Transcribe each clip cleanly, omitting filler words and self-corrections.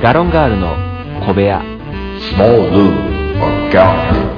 ガロンガールの小部屋 Small Room or Gallery。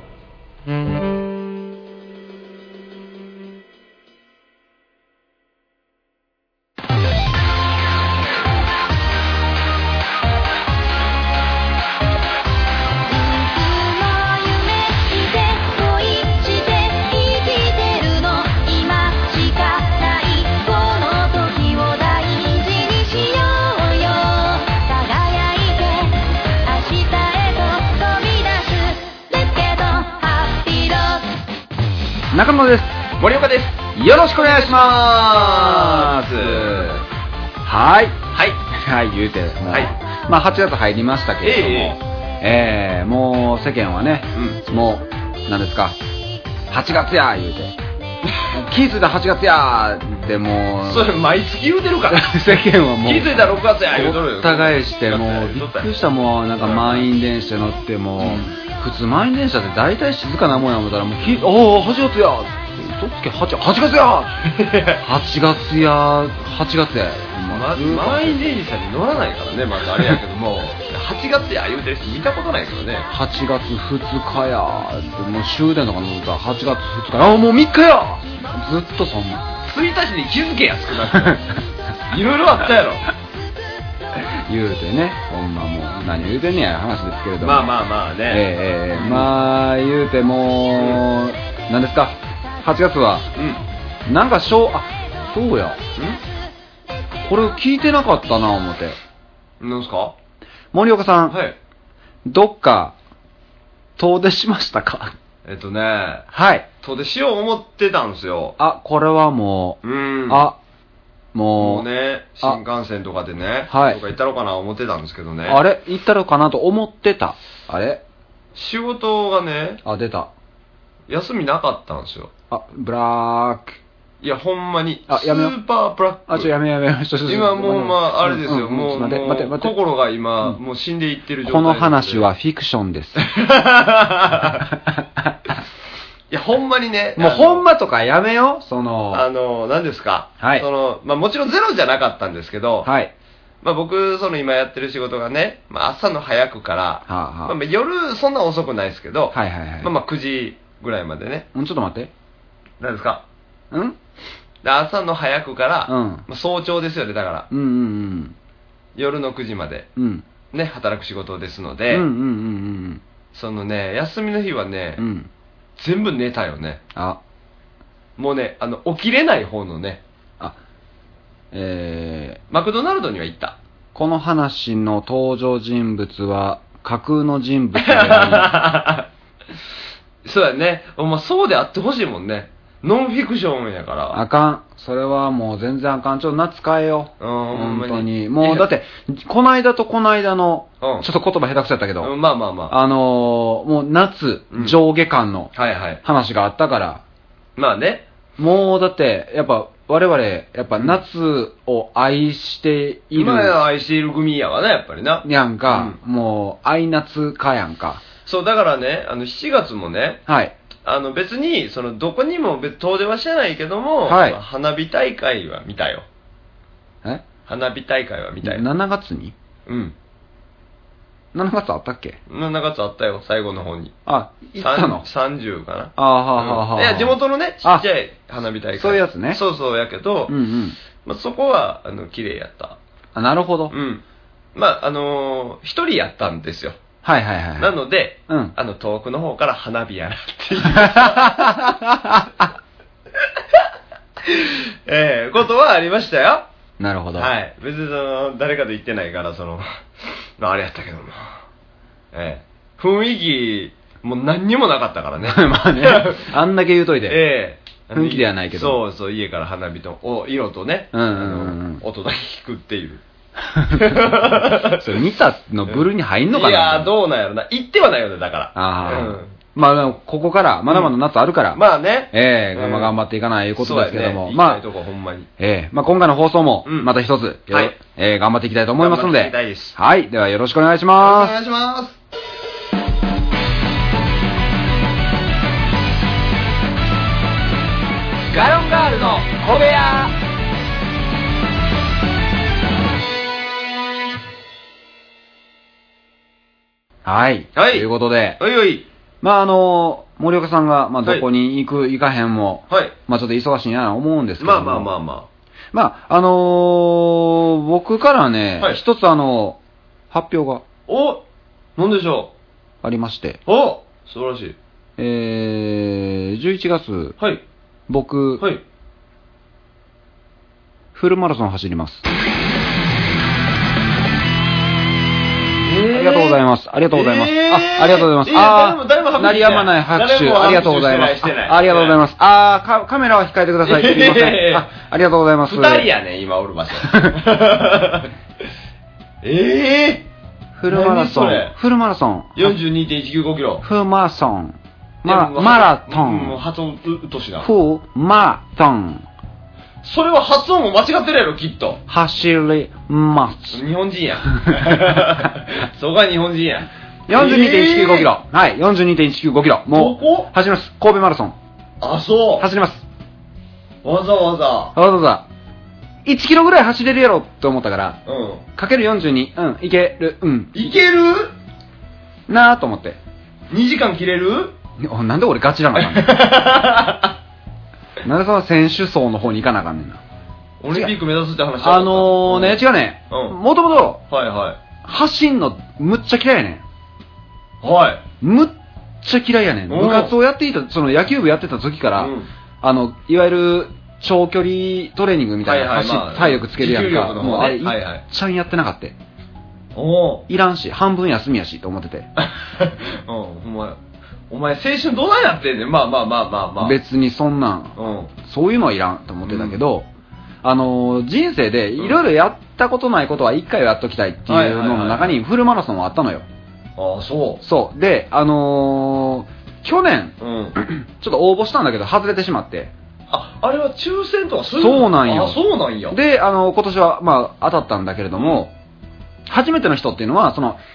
中野です。 森岡です。 よろしくお願いします。はい。 はい。 はい、言うて、もう、 はい、 まあ8月入りましたけれども、もう世間はね、もう、何ですか、8月や、言うて。気づいた8月やでもうそれ毎月言うてるから世間はもう気づいた6月や言うとるよ。 お互いしてもうびっくりした。もうなんか満員電車乗っても、普通満員電車って大体静かなもんや思ったらもうおお8月やどっけ 8月や8月や8月や満員電車に乗らないからね。まずあれやけども8月や言うてる人見たことないけどね。 8月2日やってもう終電とか乗ったら8月2日あもう3日やずっとそんな 1日に気づけや少なくともいろいろあったやろ言うてね、ほんまもう何言うてんねや話ですけれども、 まあまあまあね、 まあ言うても何ですか8月は、なんかそうや、これ聞いてなかったな思って。 なんすか森岡さん、 はい、 どっか遠出しましたか？ はい、遠出しよう思ってたんですよ。 これはもうもうね、新幹線とかでね、 はい、 とか行ったろうかな思ってたんですけどね。 あれ行ったろうかなと思ってた。あれ仕事がね、 出た。 休みなかったんですよ。 ブラック。 いや、ほんまに。 やめよう。 スーパーブラック。 やめよう。 今もう、あれですよ。もう、 待って。 心が今、もう死んでいってる状態。 この話はフィクションです。 いや、ほんまにね。 もうほんまとかやめよう。 何ですか。 はい。 もちろんゼロじゃなかったんですけど、 はい。 僕、今やってる仕事がね、朝の早くから、夜、そんな遅くないですけど、9時ぐらいまでね。 ちょっと待って。 何ですか？朝の早くから、早朝ですよね、だから。夜の9時まで、ね、働く仕事ですので、休みの日はね、全部寝たよね。もうね、起きれない方のね。マクドナルドには行った。 この話の登場人物は架空の人物でありそうやね。そうであってほしいもんね。ノンフィクションやから。 あかん。それはもう全然あかん。ちょっと夏変えよう。本当に。もうだって、こないだとこないだの、ちょっと言葉下手くそやったけど、もう夏、上下間の話があったから。 まあね。 もうだって、やっぱ我々、やっぱ夏を愛している。 今や愛している組やわね、やっぱりな。 やんか、もう愛夏かやんか。 そう、だからね、7月もね、 はい。 別に、どこにも遠出はしてないけども、花火大会は見たよ。花火大会は見たよ。 7月に7月あったっけ ?7 月あったよ、最後の方に。 行ったの ?30 かな。 いや、地元のね、ちっちゃい花火大会。 そういうやつね。 そうやけど、そこは、綺麗やった。 なるほど。 一人やったんですよ。 なので、遠くの方から花火やなっていうことはありましたよ。 なるほど。 はい。別に誰かと言ってないから、あれやったけども。雰囲気、もう何にもなかったからね。 まあね。あんだけ言うといて。雰囲気ではないけど。 そう、家から花火と、色とね、音だけ聞くっていう。 それ見たのブルに入んのかな。 いやどうなんやろな。行ってはないよね、だから。 まあ、ここから、まだまだ夏あるから。 まあね。 頑張っていかないいうことですけども。 まあ、ほんまに。 今回の放送も、また一つ、頑張っていきたいと思いますので。はい。ではよろしくお願いします。 お願いします。 ガロンガールの小部屋。 はい。 はい。ということで。 おいおい。 まあ森岡さんが、まあどこに行く、行かへんも、はい。まあちょっと忙しいなと思うんですけども。まあ僕からね、一つ発表が。 お、なんでしょうありまして。 お、素晴らしい。 11月。 はい。 僕。はい。フルマラソン走ります。ありがとうございます。ありがとうございます。ありがとうございます。鳴りやまない拍手。ありがとうございます。ありがとうございます。カメラは控えてください。すみません。ありがとうございます。 二人やね、今おる場所。 フルマラソン。フルマラソン。 42.195 キロ。 フルマラソン。マラトン。 もう発音うとしな。 フルマラトン。 それは発音も間違ってるやろ、きっと。 走ります。 日本人や。そこは日本人や。 42.195 キロ。はい、42.195 キロ。もう、走ります。神戸マラソン。 あ、そう。 走ります。 わざわざ。 1キロぐらい走れるやろって思ったから、かける42、いける、 いけるなぁと思って。 2時間切れるなんで俺ガチなのかななんでその選手層の方に行かなあかんねんな。 オリンピック目指すって話だった。 違うね。もともと、走んのむっちゃ嫌いやねん。はい。 むっちゃ嫌いやねん。部活をやっていた、その野球部やってた時から、いわゆる長距離トレーニングみたいな、体力つけるやんか。もうあれ、いっちゃんやってなかった。いらんし、半分休みやしと思ってて。 お前青春どないなってんねん。まあ。 別にそんなん、そういうのはいらんと思ってたけど、人生でいろいろやったことないことは一回はやっときたいっていうのの中にフルマラソンはあったのよ。 ああ、そう。 そう。で、去年、ちょっと応募したんだけど外れてしまって。 あれは抽選とかそうなんよ。 そうなんや。 で、今年はまあ当たったんだけれども、初めての人っていうのは、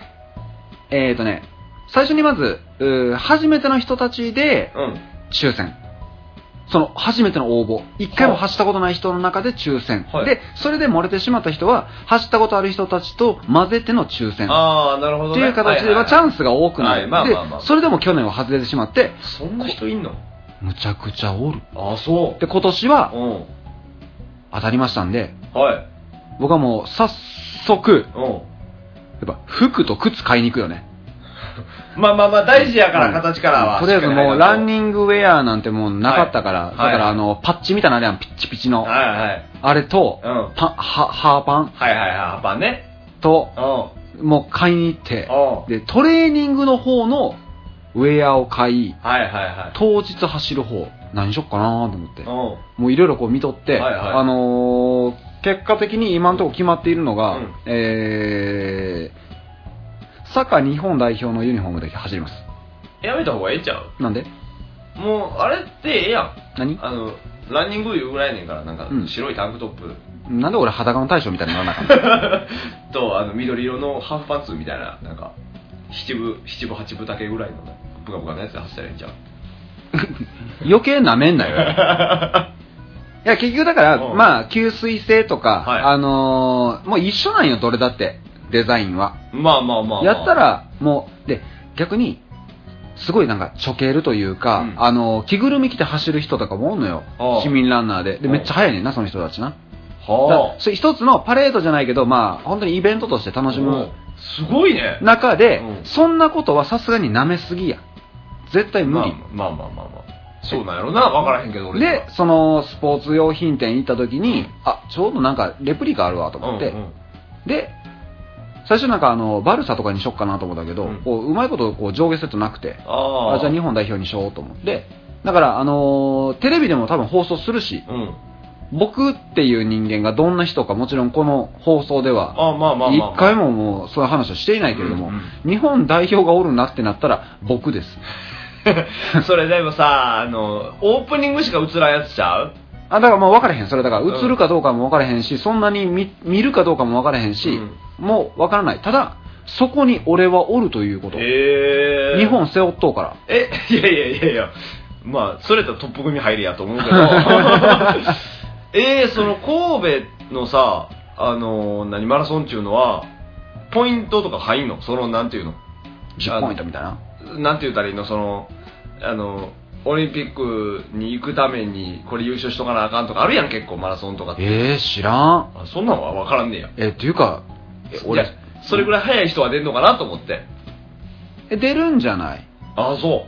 最初にまず、初めての人たちで、抽選。その、初めての応募。一回も走ったことない人の中で抽選。で、それで漏れてしまった人は、走ったことある人たちと混ぜての抽選。 ああ、なるほどね。 っていう形では、チャンスが多くなる。で、それでも去年は外れてしまって。 そんな人いんの？ むちゃくちゃおる。 ああ、そう。 で、今年は、当たりましたんで、僕はもう、早速、やっぱ、服と靴買いに行くよね。 まあ大事やから、形からは。 とりあえずもうランニングウェアなんてもうなかったから、だからパッチみたいなあれやん、ピッチピチの。あれと、ハーパン。 ハーパンね。 と、もう買いに行って、で、トレーニングの方のウェアを買い、当日走る方、何しよっかなと思って、もういろいろこう見とって、結果的に今のところ決まっているのが、サッカー日本代表のユニフォームで走ります。 やめた方がええちゃう？ なんで？ もうあれってええやん。 何？ ランニングいうぐらいやねんから、なんか白いタンクトップ。 なんで俺裸の大将みたいにならなかった？ と緑色のハーフパンツみたいな、なんか七分八分丈ぐらいのブカブカのやつで走ったらええんちゃう？ 余計なめんなよ。いや結局だからまあ吸水性とか、もう一緒なんよ、どれだってデザインは。 まあやったらもうで逆にすごいなんかちょけるというか、着ぐるみ着て走る人とかもおんのよ、市民ランナーでめっちゃ速いねんな、その人たちな。それ一つのパレードじゃないけど、まあ本当にイベントとして楽しむすごいね中で、そんなことはさすがに舐めすぎや、絶対無理。 まあそうなんやろな、分からへんけど俺でそのスポーツ用品店行った時に、ちょうどなんかレプリカあるわと思って、で最初なんかバルサとかにしよっかなと思ったけど、うまいことこう上下セットなくて、じゃあ日本代表にしようと思って、だからテレビでも多分放送するし、僕っていう人間がどんな人かもちろんこの放送では一回ももうそういう話はしていないけれども、日本代表がおるなってなったら僕です。 それでもさ、オープニングしか映らんやつちゃう？ だからもう分からへん。それだから映るかどうかも分からへんし、そんなに 見るかどうかも分からへんし、もう分からない。ただそこに俺はおるということ。日本背負っとうから。 いやまあそれとトップ組入りやと思うけど。その神戸のさ、マラソンっていうのはポイントとか入んの？そのなんていうの？ 10ポイントみたいな。 なんて言ったらいいの、オリンピックに行くためにこれ優勝しとかなあかんとかあるやん、結構マラソンとかって。 知らん。 そんなんは分からんねや。 っていうか、 俺それぐらい速い人は出んのかなと思って。 出るんじゃない？ そう。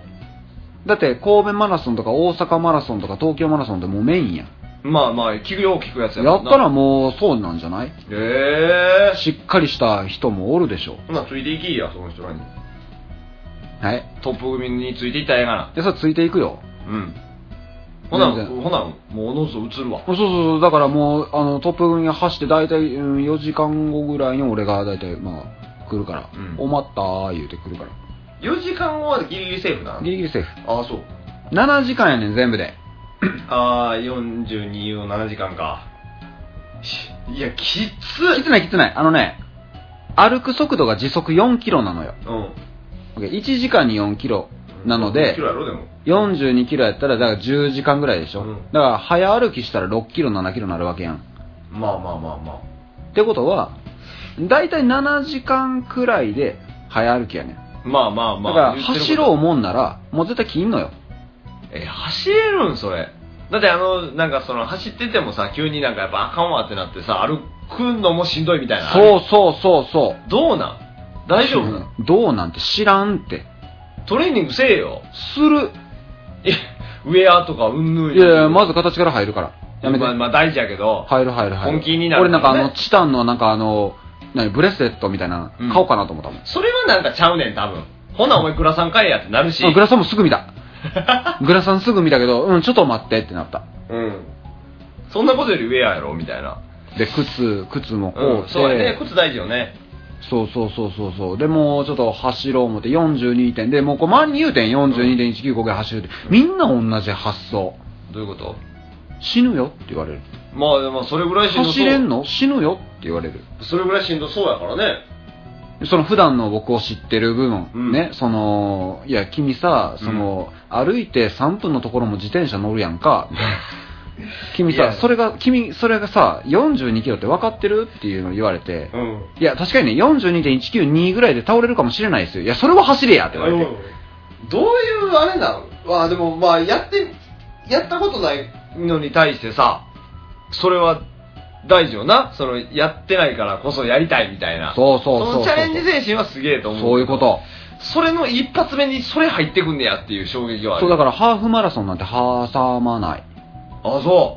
だって神戸マラソンとか大阪マラソンとか東京マラソンってもうメインやん。 まあまあ聞くやつやもんな。やったらもうそうなんじゃない？しっかりした人もおるでしょ。 ついていきや、その人らに。 はい。 トップ組についていったらええがな。 それついていくよ。 ほな、もうおのずと映るわ。 そう、だからもう、トップ組が走って大体、4時間後ぐらいに俺が大体、来るから、おまったー言うて来るから。 4時間後はギリギリセーフなの？ ギリギリセーフ。 そう。 7時間やねん、全部で。 42を7時間か。いや、きつない。歩く速度が時速4キロなのよ。1時間に4キロなので、42キロやったらだから10時間ぐらいでしょ。だから早歩きしたら6キロ7キロになるわけやん。 まあ。 ってことは、だいたい7時間くらいで早歩きやねん。 まあ。 だから走ろうもんなら、もう絶対切んのよ。 走れるんそれ。だってなんか走っててもさ、急になんかやっぱあかんわってなってさ、歩くのもしんどいみたいな。 そう。 どうなん？大丈夫？ どうなんて知らんって。 トレーニングせえよ。 する。 ウェアとかうんぬん。 いや、まず形から入るから。 やめて。まあ大事やけど。 入る。 本気になる、 俺なんかチタンのなんかブレスレットみたいな買おうかなと思ったもん。 それはなんかちゃうねん、多分。ほなお前グラサン買えやってなるし。 グラサンもすぐ見た。グラサンすぐ見たけど、ちょっと待ってってなった。 そんなことよりウェアやろみたいな。 で、靴もこうて。 そうやね、靴大事よね。 そう。で、もうちょっと走ろう思って42点で、もうこう周りに言うてん 42.195 ぐらい走るって。みんな同じ発想。 どういうこと？ 死ぬよって言われる。 まあそれぐらいしんどそう。 走れんの？死ぬよって言われる。 それぐらいしんどそうやからね。 普段の僕を知ってる部分、ね、いや、君さ、歩いて3分のところも自転車乗るやんか、みたいな。君さ、それがさ、42キロって分かってるっていうのを言われて、いや、確かにね、42.192 ぐらいで倒れるかもしれないですよ。いや、それは走れやって言われて。 どういうあれなの？でもやったことないのに対してさ、それは大事よな。やってないからこそやりたいみたいな。 そう。 そのチャレンジ精神はすげえと思う。 そういうこと。 それの一発目にそれ入ってくんねやっていう衝撃はある。 そう、だからハーフマラソンなんて挟まない。 そう。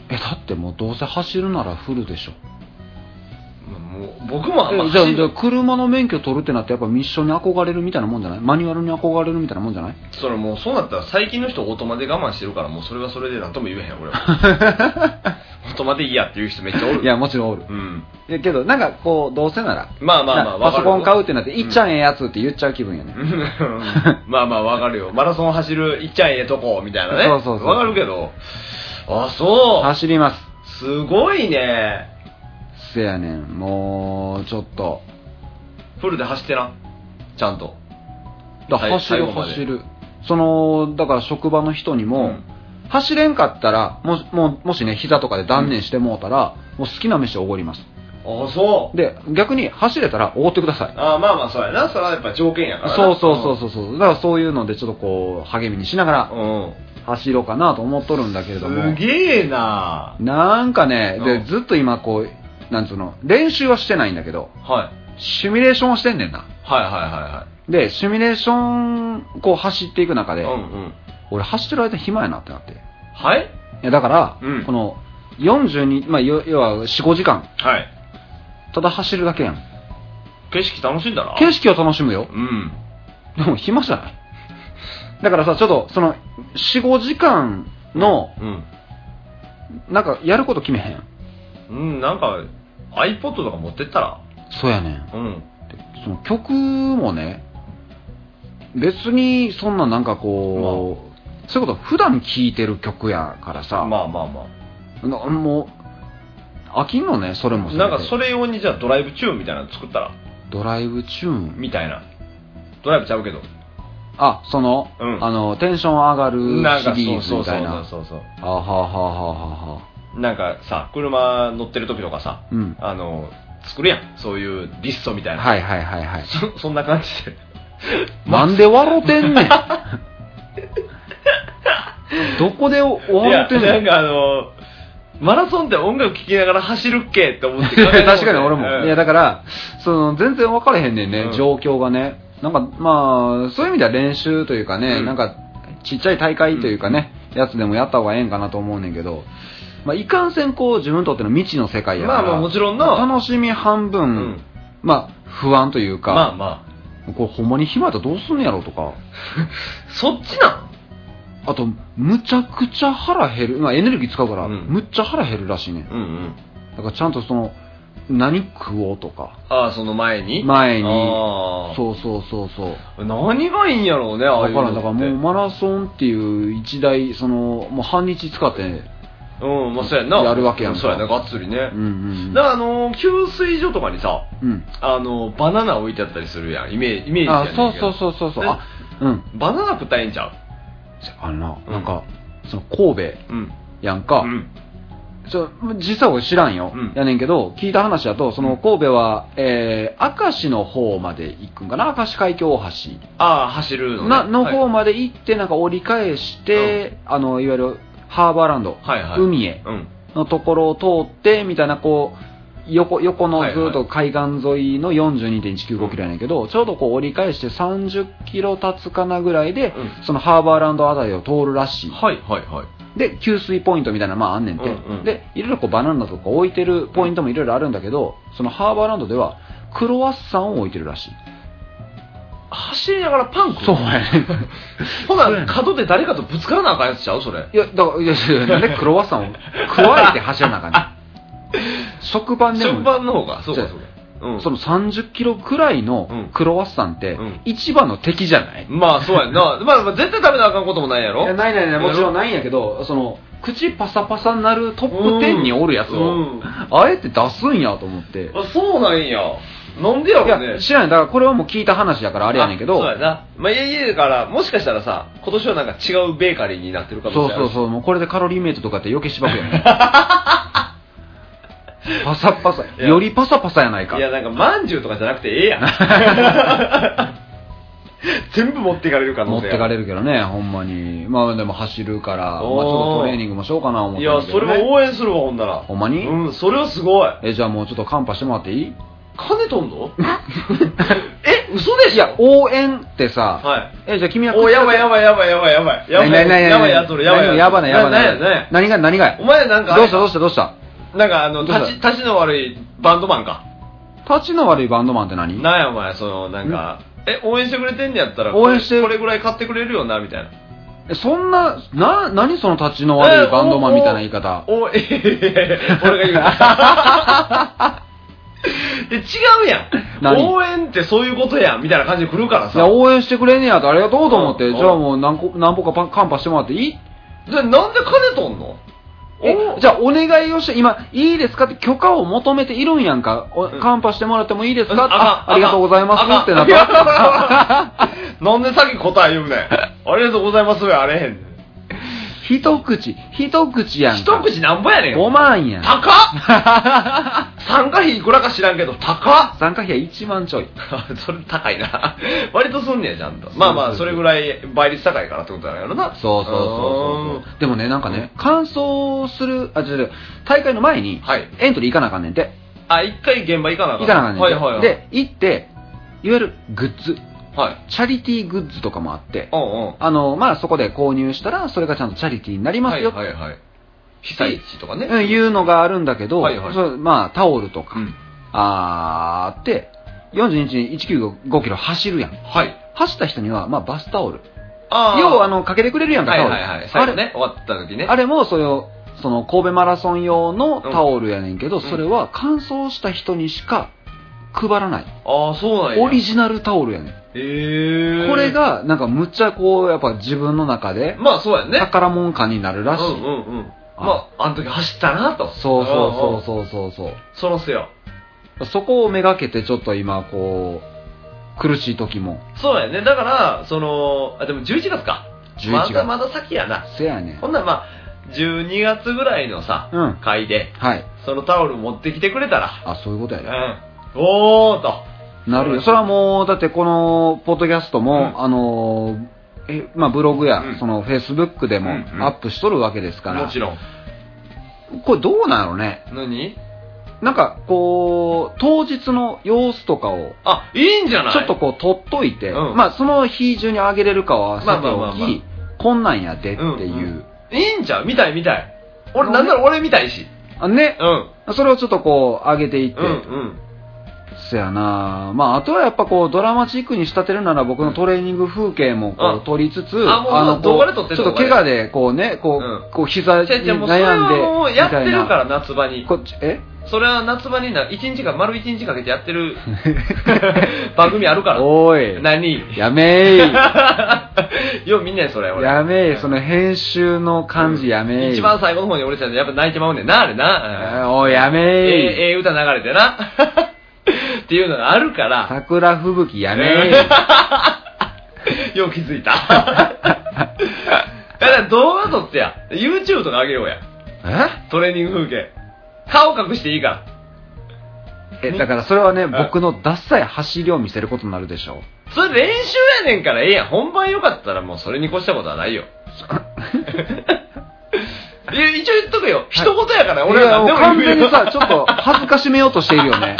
だってもうどうせ走るならフルでしょ。 もう僕もじゃあ車の免許取るってなってやっぱミッションに憧れるみたいなもんじゃない？マニュアルに憧れるみたいなもんじゃない？ もうそうなったら最近の人オートマで我慢してるからもうそれはそれでなんとも言えへん俺は。オートマでいいやっていう人めっちゃおる。 いやもちろんおる。いやけどなんかこうどうせならまあパソコン買うってなっていっちゃんええやつって言っちゃう気分やね。 まあわかるよ。マラソン走るいっちゃんええとこみたいなね。そうわかるけど。そう。 走ります。 すごいね。 せやねん、もうちょっとフルで走ってな、ちゃんと。 走る。だから職場の人にも、走れんかったらもしね膝とかで断念してもうたら、もう好きな飯をおごります。 そうで逆に走れたらおごってください。 まあそうやな。それはやっぱ条件やからな。 そうだからそういうのでちょっとこう励みにしながら走ろうかなと思っとるんだけれども。 すげえな。 なんかね、でずっと今こうなんつうの練習はしてないんだけど、シミュレーションをしてんねんな。でシミュレーションこう走っていく中で、俺走ってる間暇やなってなって。いやだから、この42、要は 4,5 時間、ただ走るだけやん。 景色楽しんだら。 景色は楽しむよ。でも暇じゃない。だからさ、ちょっと4、5時間の、なんかやること決めへん。 なんか iPod とか持ってったら。 そうやねん。その曲もね、別にそんななんかこう、そういうこと普段聴いてる曲やからさ。もう飽きんのね、それもなんかそれ用にじゃあドライブチューンみたいなの作ったら。 ドライブチューンみたいな。ドライブちゃうけど。 テンション上がるシリーズみたいな。 そう。 は。 なんかさ、車乗ってる時とかさ、作るやん。そういうリストみたいな。 はい。 そんな感じで。 なんで笑ってんねん。どこで笑ってんねん。 なんかマラソンって音楽聴きながら走るっけって思って確かに俺も。いやだから、全然分かれへんねんね、状況がね。なんかまあ、そういう意味では練習というかね、なんかちっちゃい大会というかね、やつでもやった方がええんかなと思うねんけど、まあいかんせんこう自分にとっての未知の世界やから、 まあもちろんな。 楽しみ半分、まあ不安というか、これほんまに暇やったらどうすんのやろうとか。 そっちなん？ あと、むちゃくちゃ腹減る。まあエネルギー使うから、むっちゃ腹減るらしいね。だからちゃんと何食おうとか。 その前に。 そう。 何がいいんやろうね、ああいうのって。 だからもうマラソンっていう一台、もう半日使って、 まあそうやんな。 やるわけやんか。 そうやな、がっつりね。だから給水所とかにさ、バナナ置いてあったりするやん、イメージやねんけど。 そう。 バナナ食ったらええんちゃう？ なんか、神戸やんか。実際俺知らんよ。やねんけど、聞いた話だと、神戸は、明石の方まで行くんかな、明石海峡大橋。 走るのね。 の方まで行って、なんか折り返して、いわゆるハーバーランド、海へのところを通って、みたいな、こう、横のずっと海岸沿いの 42.195 キロやねんけど、ちょうどこう折り返して30キロ経つかなぐらいで、そのハーバーランドあたりを通るらしい。で、給水ポイントみたいなあんねんて。で、いろいろこうバナナとか置いてるポイントもいろいろあるんだけど、そのハーバーランドではクロワッサンを置いてるらしい。 走りながらパン食う？ そうやね。 ほな、角で誰かとぶつからなあかんやつちゃうそれ。 いや、だから、なんでクロワッサンを加えて走らなあかんねん。食パンでも。 食パンの方が、そうか。 その30キロくらいのクロワッサンって、一番の敵じゃない？ まあ、そうやんな。まあ、絶対食べなあかんこともないやろ？ ない、もちろんないんやけど、口パサパサになるトップ10におるやつを、あえて出すんやと思って。 そうなんや。なんでやろね。 いや、知らない。だからこれはもう聞いた話やからあれやねんけど。 そうやな。まあ、家だから、もしかしたらさ、今年はなんか違うベーカリーになってるかもしれない。 そう。もうこれでカロリーメイトとかって余計しばくやねん。パサパサ。よりパサパサやないか。 いや、なんか、まんじゅうとかじゃなくてええやん。全部持っていかれる可能性。 持っていかれるけどね、ほんまに。まあでも走るから、まあちょっとトレーニングもしようかな思って、ね。 いや、それも応援するわ、ほんなら。 ほんまに？ それはすごい。 じゃあもうちょっとカンパしてもらっていい？ 金とんの？嘘でしょ？ いや、応援ってさ、じゃあ君はやばい。やばいやつ俺、やばい。 何がお前なんか、 どうしたなんか立ちの悪いバンドマンか。 立ちの悪いバンドマンって何？ なんやお前、なんか、応援してくれてんねやったら、 応援してこれぐらい買ってくれるよな、みたいな。 そんな、何その立ちの悪いバンドマンみたいな言い方。 俺が言う。違うやん。応援ってそういうことやんみたいな感じで来るからさ。 いや、応援してくれんねやとありがとうと思って、じゃあもう何歩かカンパしてもらっていい？ じゃあなんで金取んの？ じゃあお願いをして、今、いいですかって許可を求めているんやんか。カンパしてもらってもいいですか？ありがとうございますってなった。 なんでさっき答え言うねん。ありがとうございますあれへん。 一口やんか。 一口なんぼやねん。 5万やん。 高っ参加費いくらか知らんけど、高っ参加費は1万ちょい。 それ高いな。割とすんねや、ちゃんと。まあまあ、それぐらい倍率高いからってことだよな。 そう。でもね、なんかね、完走する、大会の前に、エントリー行かなあかんねんて。 一回現場行かなあかん。 行かなあかんねんて。で、行って、いわゆるグッズ。チャリティーグッズとかもあって、まあそこで購入したら、それがちゃんとチャリティーになりますよ。 被災地とかね。 いうのがあるんだけど、まあタオルとか、あって、42日に195キロ走るやん。走った人には、まあバスタオル。要はかけてくれるやんか、タオル。 最後ね、終わった時ね。 あれもその神戸マラソン用のタオルやねんけど、それは完走した人にしか配らない。 そうなんや。 オリジナルタオルやねん。これが、なんかむっちゃこう、やっぱ自分の中で、 まあそうやね。 宝物感になるらしい。 まあ、あの時走ったなと。 そう。 そのせよ。 そこをめがけてちょっと今、こう、苦しい時も。 そうやね。だから、でも11月か。11月。まだ先やな。 せやね。 ほんならまあ、12月ぐらいのさ、会で、そのタオル持ってきてくれたら。 そういうことやね。 おーと。 なるよ。それはもう、だってこの、ポッドキャストも、まあブログや、その、フェイスブックでもアップしとるわけですから。 もちろん。 これどうなのね。 何？ なんか、こう、当日の様子とかを、 いいんじゃない？ ちょっとこう、撮っといて、まあ、その日中にあげれるかはさておき、こんなんやでっていう。 いいんじゃん？見たい。俺、なんだろう、俺見たいし。 ね。それをちょっとこう、上げていって。そやなまあ、あとはやっぱこう、ドラマチックに仕立てるなら僕のトレーニング風景もこう、撮りつつ、 動画で撮ってちょっと怪我でこうね、こう、膝に悩んで、みたいな。 もうやってるから、夏場に。 こっち、 それは夏場に丸1日かけてやってる番組あるから。 おい。 何？ やめー。 よう見んねん、それ、俺。 やめー、その編集の感じやめー。 一番最後の方に俺たちやっぱ泣いてまうねんな、あれな。 おい、やめー。 歌流れてな。っていうのがあるから。 桜吹雪やめー。よう気づいた。だから動画撮ってや。YouTube とか上げようや。トレーニング風景。顔隠していいから。 だからそれはね、僕のダッサい走りを見せることになるでしょ。 それ練習やねんからええやん。本番良かったらもうそれに越したことはないよ。一応言っとくよ。一言やから、俺は何でも言うよ。 完全にさ、ちょっと恥ずかしめようとしているよね。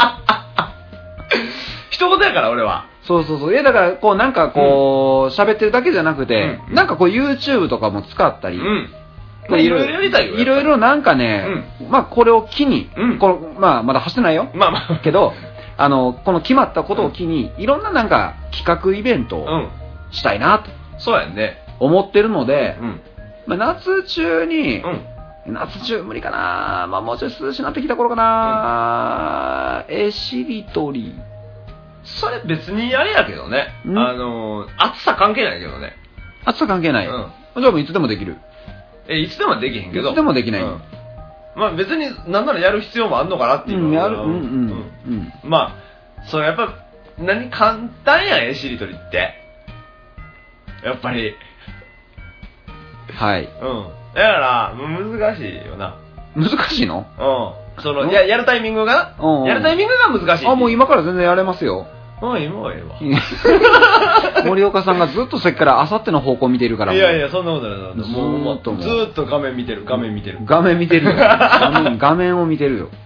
一言やから、俺は。 そう。だから、こう、なんかこう、喋ってるだけじゃなくて、なんかこう、YouTube とかも使ったり、 いろいろやりたいよ。 いろいろなんかね、まあこれを機に、まあまだ走ってないよ。けど、この決まったことを機に、いろんななんか企画イベントをしたいなと。 そうやね。 思ってるので、まあ夏中に、夏中無理かな、まあもうちょい涼しくなってきた頃かな、しりとり。 それ別にあれやけどね。暑さ関係ないけどね。 暑さ関係ない。じゃあもういつでもできる。 いつでもできへんけど。 いつでもできない。 まあ別になんならやる必要もあんのかなっていう。まあ、それやっぱ、簡単やん、しりとりって。やっぱり。 はい。 だから、難しいよな。 難しいの？ やるタイミングがやるタイミングが難しい。 もう今から全然やれますよ。 今はええわ。 森岡さんがずっとさっきからあさっての方向見てるから。 いや、そんなことない。もうずーっと画面見てる。画面見てるよ。 画面を見てるよ。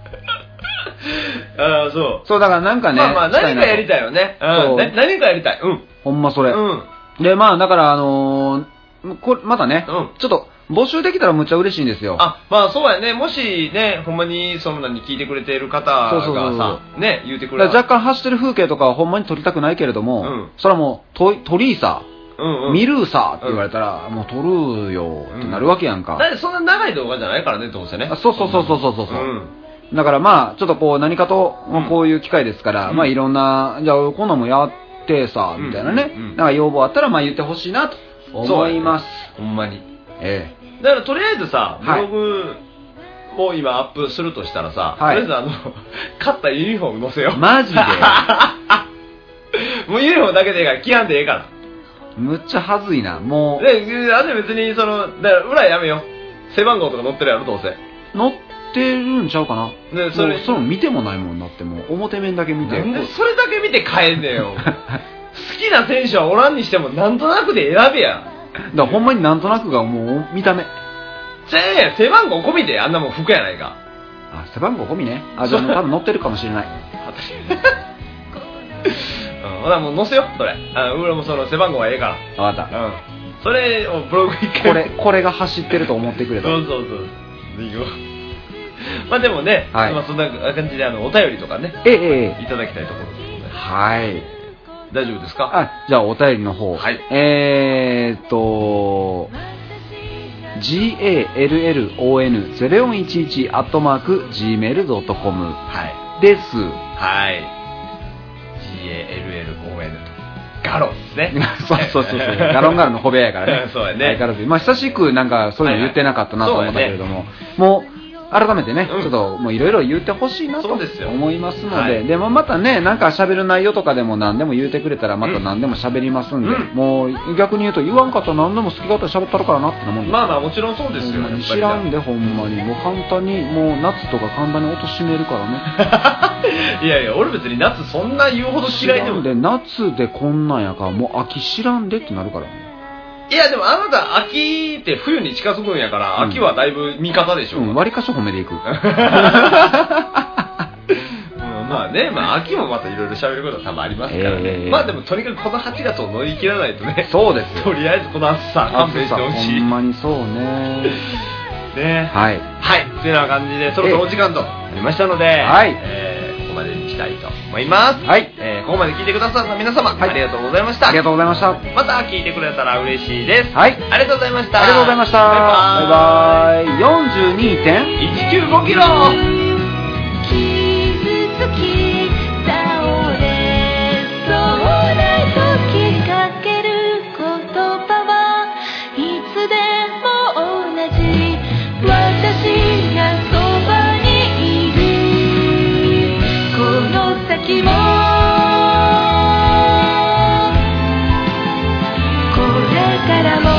そう。 そう、だからなんかね。 まあ何かやりたいよね。何かやりたい。 ほんまそれ。で、まあだから、またね、ちょっと、募集できたらむっちゃ嬉しいんですよ。 まあそうやね。もしね、ほんまにそんなに聞いてくれている方がさ、ね、言うてくれたら。 若干走ってる風景とかはほんまに撮りたくないけれども、それはもう、撮りーさ、見るーさって言われたら、もう撮るよってなるわけやんか。 だってそんな長い動画じゃないからね、どうせね。 そう。だからまあ、ちょっとこう何かと、こういう機会ですから、まあいろんな、じゃあこんなもやってさ、みたいなね、なんか要望あったらまあ言ってほしいなと思います。 ほんまに。だからとりあえずさ、ブログを今アップするとしたらさ、とりあえず買ったユニフォーム載せよう。 マジでもうユニフォームだけでいいから、着やんでええから。 むっちゃはずいな、もう。 で、別にだから裏やめよう。背番号とか載ってるやろ、どうせ。 載ってるんちゃうかな。で、それ見てもないもんなって、もう表面だけ見て。 なんでそれだけ見て買えんねんよ。好きな選手はおらんにしてもなんとなくで選べや。 だからほんまになんとなくがもう見た目。 背番号込みであんなもん服やないか。 背番号込みね。じゃあもう多分載ってるかもしれない。 ほらもう載せよ、それ。俺もその背番号はええから。 わかった。 それをブログ一回。 これが走ってると思ってくれた。 そう。まあでもね、まあそんな感じでお便りとかね、いただきたいところですので。 はい。 大丈夫ですか？ じゃあお便りの方。 はい。 gallon0411@gmail.com です。 はい。gallon と。ガロンですね。 そう。ガロンの小部屋やからね。 そうやね。 まあ久しくなんかそういうの言ってなかったなと思ったけれども、もう改めてね、ちょっともういろいろ言ってほしいなと思いますので、でもまたね、なんか喋る内容とかでも何でも言うてくれたらまた何でも喋りますんで、もう逆に言うと言わんかったら何でも好き勝手喋ったるからなって思うんで。 まあまあもちろんそうですよ。 知らんでほんまに、もう簡単にもう夏とか簡単に落としめるからね。 いやいや、俺別に夏そんな言うほど嫌いでも。 で夏でこんなんやからもう秋知らんでってなるからね。 いやでもあなた秋って冬に近づくんやから、秋はだいぶ味方でしょ。 割かし褒めでいく。 まあね、まあ秋もまたいろいろ喋ることは多分ありますからね。まあでもとにかくこの8月を乗り切らないとね。 そうですよ。 とりあえずこの暑さ勘弁してほしい。 ほんまにそうね。 ね。 はい。 はい。というような感じでそろそろお時間となりましたので、はい。ここまでにしたいと思います。はい。ここまで聞いてくださった皆様、ありがとうございました。 ありがとうございました。 また聞いてくれたら嬉しいです。 はい。 ありがとうございました。 ありがとうございました。バイバイ。 42.195 キロ。 これからも